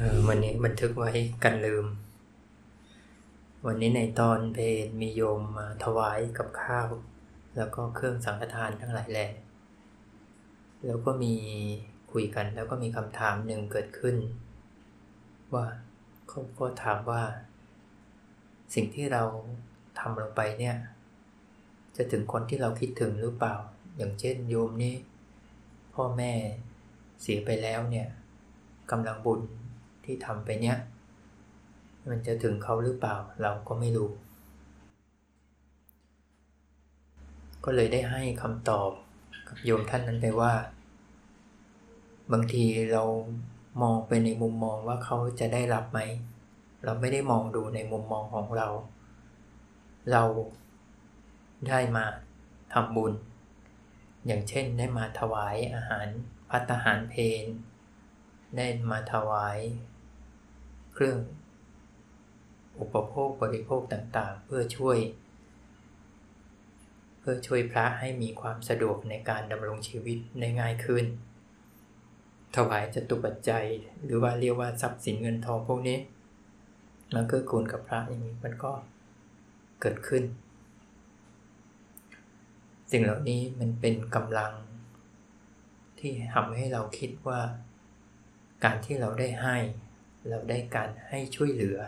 วันนี้บันทึกไว้กันลืมวันนี้ในตอนเพลมีโยมมาถวายกับข้าวแล้วก็เครื่องสังฆทานทั้งหลายแหล่แล้วก็มีคุยกันแล้วก็มีคำถามหนึ่งเกิดขึ้นว่าเขาก็ถามว่าสิ่งที่เราทำลงไปเนี่ยจะถึงคนที่เราคิดถึงหรือเปล่าอย่างเช่นโยมนี่พ่อแม่เสียไปแล้วเนี่ยกำลังบุญที่ทำไปเนี่ยมันจะถึงเขาหรือเปล่าเราก็ไม่รู้ก็เลยได้ให้คำตอบกับโยมท่านนั้นไปว่าบางทีเรามองไปในมุมมองว่าเขาจะได้รับไหมเราไม่ได้มองดูในมุมมองของเราได้มาทำบุญอย่างเช่นได้มาถวายอาหารภัตตาหารเพลได้มาถวายเครื่องอุปโภคบริโภคต่างๆเพื่อช่วยพระให้มีความสะดวกในการดำรงชีวิตได้ง่ายขึ้นถวายจตุปัจจัยหรือว่าเรียกว่าทรัพย์สินเงินทองพวกนี้มันเกื้อกูลกับพระอย่างนี้มันก็เกิดขึ้นสิ่งเหล่านี้มันเป็นกำลังที่ทำให้เราคิดว่าการที่เราได้ให้เราได้การให้ช่วยเหลือ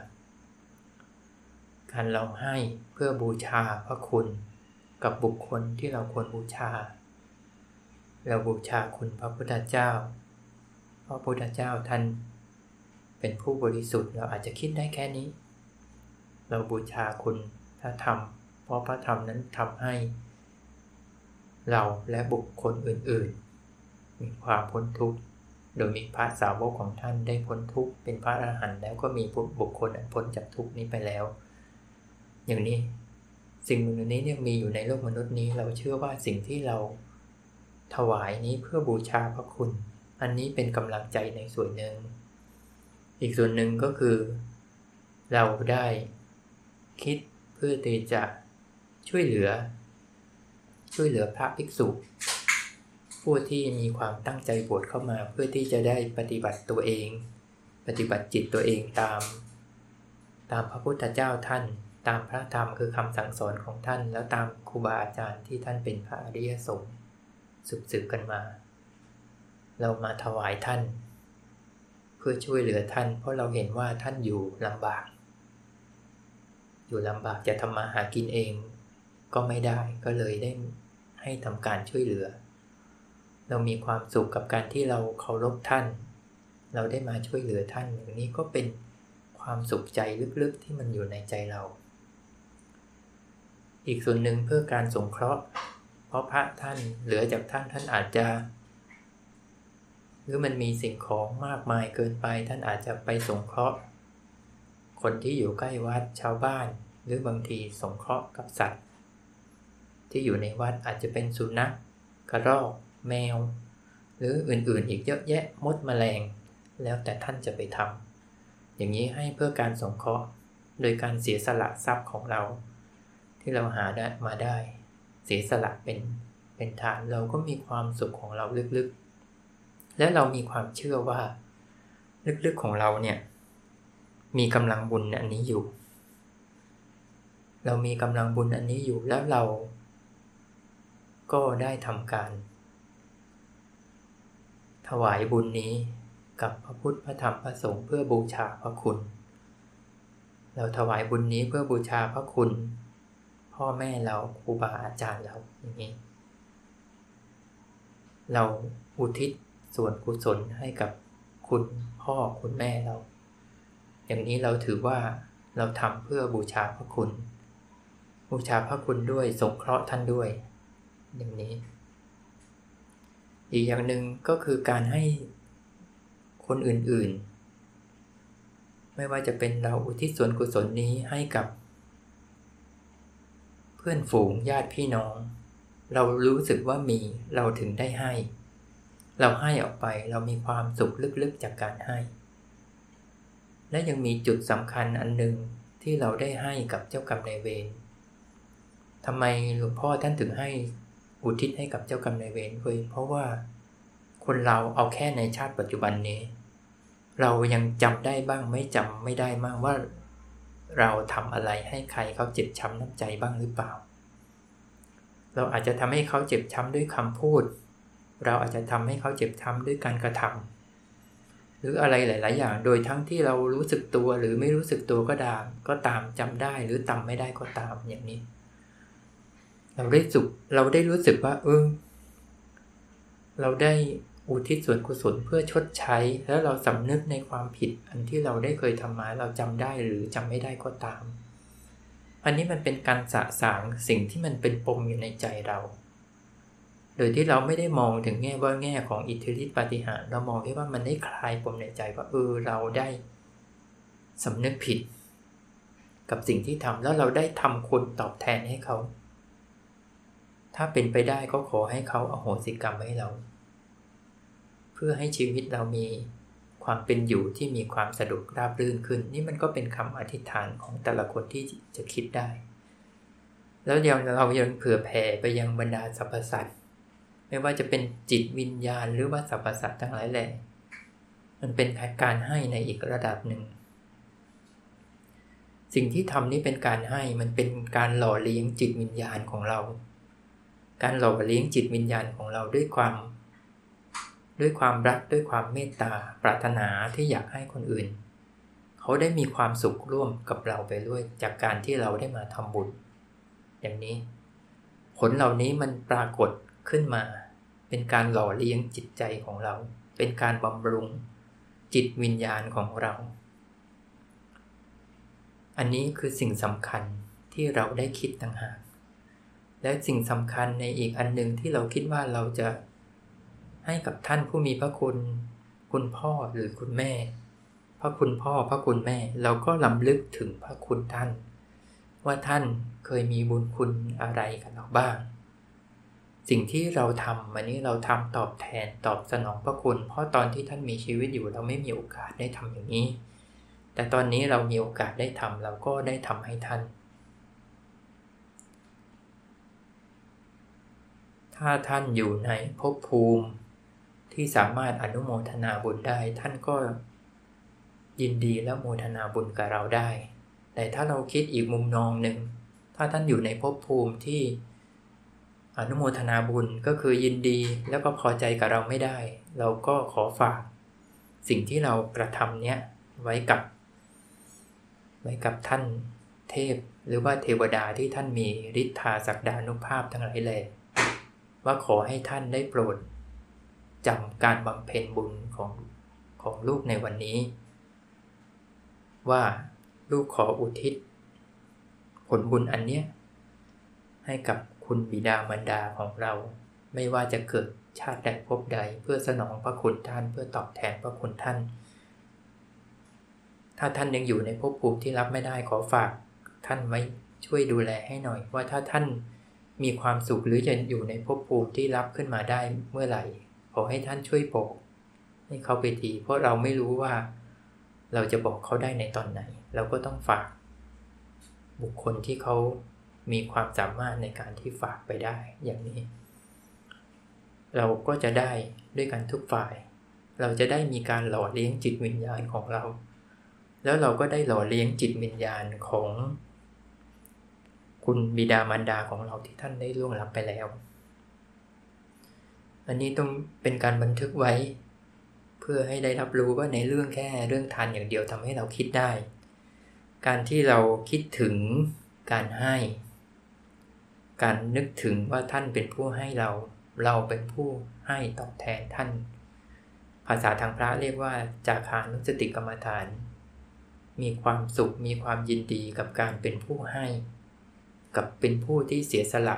การเราให้เพื่อบูชาพระคุณกับบุคคลที่เราควรบูชาเราบูชาคุณพระพุทธเจ้าพระพุทธเจ้าท่านเป็นผู้บริสุทธิ์เราอาจจะคิดได้แค่นี้เราบูชาคุณพระธรรมเพราะพระธรรมนั้นทำให้เราและบุคคลอื่นๆมีความพ้นทุกข์โดยมีพระสาวกของท่านได้พ้นทุกข์เป็นพระอรหันต์แล้วก็มีบุคคลพ้นจากทุกข์นี้ไปแล้วอย่างนี้สิ่งเหล่านี้เนี่ยมีอยู่ในโลกมนุษย์นี้เราเชื่อว่าสิ่งที่เราถวายนี้เพื่อบูชาพระคุณอันนี้เป็นกำลังใจในส่วนหนึ่งอีกส่วนหนึ่งก็คือเราได้คิดเพื่อที่จะช่วยเหลือพระภิกษุผู้ที่มีความตั้งใจบวชเข้ามาเพื่อที่จะได้ปฏิบัติตัวเองปฏิบัติจิตตัวเองตามพระพุทธเจ้าท่านตามพระธรรมคือคำสั่งสอนของท่านแล้วตามครูบาอาจารย์ที่ท่านเป็นพระอริยสงฆ์สืบกันมาเรามาถวายท่านเพื่อช่วยเหลือท่านเพราะเราเห็นว่าท่านอยู่ลำบากจะทำมาหากินเองก็ไม่ได้ก็เลยได้ให้ทำการช่วยเหลือเรามีความสุขกับการที่เราเคารพท่านเราได้มาช่วยเหลือท่านอย่างนี้ก็เป็นความสุขใจลึกๆที่มันอยู่ในใจเราอีกส่วนหนึ่งเพื่อการสงเคราะห์เพราะพระท่านเหลือจากท่านอาจจะหรือมันมีสิ่งของมากมายเกินไปท่านอาจจะไปสงเคราะห์คนที่อยู่ใกล้วัดชาวบ้านหรือบางทีสงเคราะห์กับสัตว์ที่อยู่ในวัดอาจจะเป็นสุนัขกระรอกแมวหรืออื่นๆอีกเยอะแยะมดแมลงแล้วแต่ท่านจะไปทำอย่างนี้ให้เพื่อการสงเคราะห์โดยการเสียสละทรัพย์ของเราที่เราหาได้มาได้เสียสละเป็นฐานเราก็มีความสุขของเราลึกๆและเรามีความเชื่อว่าลึกๆของเราเนี่ยมีกำลังบุญอันนี้อยู่เรามีกำลังบุญอันนี้อยู่แล้วเราก็ได้ทำการถวายบุญนี้กับพระพุทธพระธรรมพระสงฆ์เพื่อบูชาพระคุณเราถวายบุญนี้เพื่อบูชาพระคุณพ่อแม่เราครูบาอาจารย์เราอย่างนี้เราอุทิศส่วนกุศลให้กับคุณพ่อคุณแม่เราอย่างนี้เราถือว่าเราทำเพื่อบูชาพระคุณด้วยสงเคราะห์ท่านด้วยอย่างนี้อีกอย่างหนึ่งก็คือการให้คนอื่นๆไม่ว่าจะเป็นเราอุทิศส่วนกุศลนี้ให้กับเพื่อนฝูงญาติพี่น้องเรารู้สึกว่ามีเราถึงได้ให้เราให้ออกไปเรามีความสุขลึกๆจากการให้และยังมีจุดสำคัญอันหนึ่งที่เราได้ให้กับเจ้ากรรมนายเวรทำไมหลวงพ่อท่านถึงให้อุทิศให้กับเจ้ากรรมนายเวรเพราะว่าคนเราเอาแค่ในชาติปัจจุบันนี้เรายังจำได้บ้างจำไม่ได้บ้างว่าเราทำอะไรให้ใครเขาเจ็บช้ำน้ำใจบ้างหรือเปล่าเราอาจจะทำให้เขาเจ็บช้ำด้วยคำพูดเราอาจจะทำให้เขาเจ็บช้ำด้วยการกระทำหรืออะไรหลายๆอย่างโดยทั้งที่เรารู้สึกตัวหรือไม่รู้สึกตัวก็ตามจำได้หรือจำไม่ได้ก็ตามอย่างนี้เราได้รู้สึกว่าเราได้อุทิศส่วนกุศลเพื่อชดใช้แล้วเราสำนึกในความผิดอันที่เราได้เคยทำมาเราจำได้หรือจำไม่ได้ก็ตามอันนี้มันเป็นการสะสางสิ่งที่มันเป็นปมอยู่ในใจเราโดยที่เราไม่ได้มองถึงแง่ของอิทธิฤทธิปาฏิหาริย์เรามองแค่ว่ามันได้คลายปมในใจว่าเราได้สำนึกผิดกับสิ่งที่ทำแล้วเราได้ทำคุณตอบแทนให้เขาถ้าเป็นไปได้ก็ขอให้เขาอโหสิกรรมให้เราเพื่อให้ชีวิตเรามีความเป็นอยู่ที่มีความสะดวกราบรื่นขึ้นนี่มันก็เป็นคำอธิษฐานของแต่ละคนที่จะคิดได้แล้วเรายังเผื่อแผ่ไปยังบรรดาสรรพสัตว์ไม่ว่าจะเป็นจิตวิญญาณหรือว่าสรรพสัตว์ทั้งหลายแหล่มันเป็นการให้ในอีกระดับหนึ่งสิ่งที่ทำนี้เป็นการให้มันเป็นการหล่อเลี้ยงจิตวิญญาณของเราการหล่อเลี้ยงจิตวิญญาณของเราด้วยความรักด้วยความเมตตาปรารถนาที่อยากให้คนอื่นเขาได้มีความสุขร่วมกับเราไปด้วยจากการที่เราได้มาทำบุญอย่างนี้ผลเหล่านี้มันปรากฏขึ้นมาเป็นการหล่อเลี้ยงจิตใจของเราเป็นการบำรุงจิตวิญญาณของเราอันนี้คือสิ่งสำคัญที่เราได้คิดต่างหากและสิ่งสำคัญในอีกอันนึงที่เราคิดว่าเราจะให้กับท่านผู้มีพระคุณคุณพ่อหรือคุณแม่พระคุณพ่อพระคุณแม่เราก็รำลึกถึงพระคุณท่านว่าท่านเคยมีบุญคุณอะไรกับเราบ้างสิ่งที่เราทำวันนี้เราทำตอบแทนตอบสนองพระคุณเพราะตอนที่ท่านมีชีวิตอยู่เราไม่มีโอกาสได้ทำอย่างนี้แต่ตอนนี้เรามีโอกาสได้ทำเราก็ได้ทำให้ท่านถ้าท่านอยู่ในภพภูมิที่สามารถอนุโมทนาบุญได้ท่านก็ยินดีและโมทนาบุญกับเราได้แต่ถ้าเราคิดอีกมุมมองหนึ่งถ้าท่านอยู่ในภพภูมิที่อนุโมทนาบุญก็คือยินดีแล้วก็พอใจกับเราไม่ได้เราก็ขอฝากสิ่งที่เรากระทำเนี้ยไว้กับท่านเทพหรือว่าเทวดาที่ท่านมีฤทธาศักดานุภาพทั้งหลายแหล่ว่าขอให้ท่านได้โปรดจำการบำเพ็ญบุญของลูกในวันนี้ว่าลูกขออุทิศผลบุญอันเนี้ยให้กับคุณบิดามารดาของเราไม่ว่าจะเกิดชาติใดภพใดเพื่อสนองพระคุณท่านเพื่อตอบแทนพระคุณท่านถ้าท่านยังอยู่ในภพภูมิที่รับไม่ได้ขอฝากท่านไว้ช่วยดูแลให้หน่อยว่าถ้าท่านมีความสุขหรือจะอยู่ในภพภูมิที่รับขึ้นมาได้เมื่อไหร่ขอให้ท่านช่วยบอกให้เขาไปทีเพราะเราไม่รู้ว่าเราจะบอกเขาได้ในตอนไหนเราก็ต้องฝากบุคคลที่เขามีความสามารถในการที่ฝากไปได้อย่างนี้เราก็จะได้ด้วยกันทุกฝ่ายเราจะได้มีการหล่อเลี้ยงจิตวิญญาณของเราแล้วเราก็ได้หล่อเลี้ยงจิตวิญญาณของคุณบิดามารดาของเราที่ท่านได้ล่วงลับไปแล้วอันนี้ต้องเป็นการบันทึกไว้เพื่อให้ได้รับรู้ว่าในเรื่องแค่เรื่องทานอย่างเดียวทำให้เราคิดได้การที่เราคิดถึงการให้การนึกถึงว่าท่านเป็นผู้ให้เราเป็นผู้ให้ตอบแทนท่านภาษาทางพระเรียกว่าจาคานุสติกรรมฐานมีความสุขมีความยินดีกับการเป็นผู้ให้กับเป็นผู้ที่เสียสละ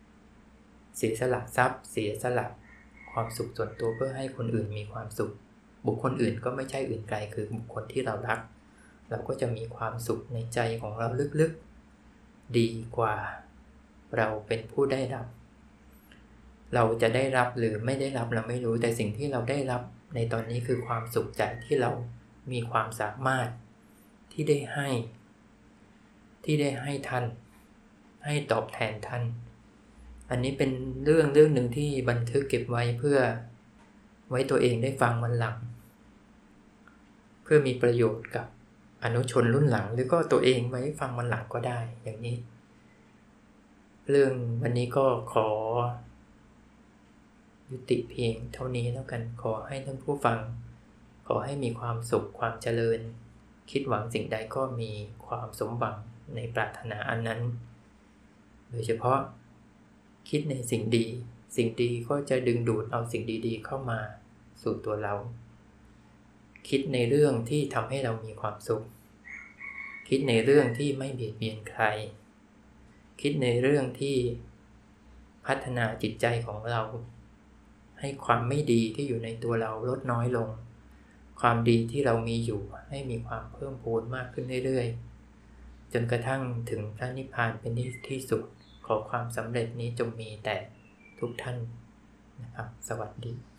ทรัพย์เสียสละความสุขส่วนตัวเพื่อให้คนอื่นมีความสุขบุคคลอื่นก็ไม่ใช่อื่นไกลคือบุคคลที่เรารักเราก็จะมีความสุขในใจของเราลึกๆดีกว่าเราเป็นผู้ได้รับเราจะได้รับหรือไม่ได้รับเราไม่รู้แต่สิ่งที่เราได้รับในตอนนี้คือความสุขใจที่เรามีความสามารถที่ได้ให้ท่านให้ตอบแทนท่านอันนี้เป็นเรื่องหนึ่งที่บันทึกเก็บไว้เพื่อไว้ตัวเองได้ฟังวันหลังพื่อมีประโยชน์กับอนุชนรุ่นหลังหรือก็ตัวเองไว้ฟังวันหลังก็ได้อย่างนี้เรื่องวันนี้ก็ขอยุติเพียงเท่านี้แล้วกันขอให้ท่านผู้ฟังขอให้มีความสุขความเจริญคิดหวังสิ่งใดก็มีความสมหวังในปรารถนาอันนั้นโดยเฉพาะคิดในสิ่งดีก็จะดึงดูดเอาสิ่งดีๆเข้ามาสู่ตัวเราคิดในเรื่องที่ทำให้เรามีความสุขคิดในเรื่องที่ไม่เบียดเบียนใครคิดในเรื่องที่พัฒนาจิตใจของเราให้ความไม่ดีที่อยู่ในตัวเราลดน้อยลงความดีที่เรามีอยู่ให้มีความเพิ่มพูนมากขึ้นเรื่อยๆจนกระทั่งถึงพระนิพพานเป็นที่สุดขอความสำเร็จนี้จงมีแต่ทุกท่านนะครับสวัสดี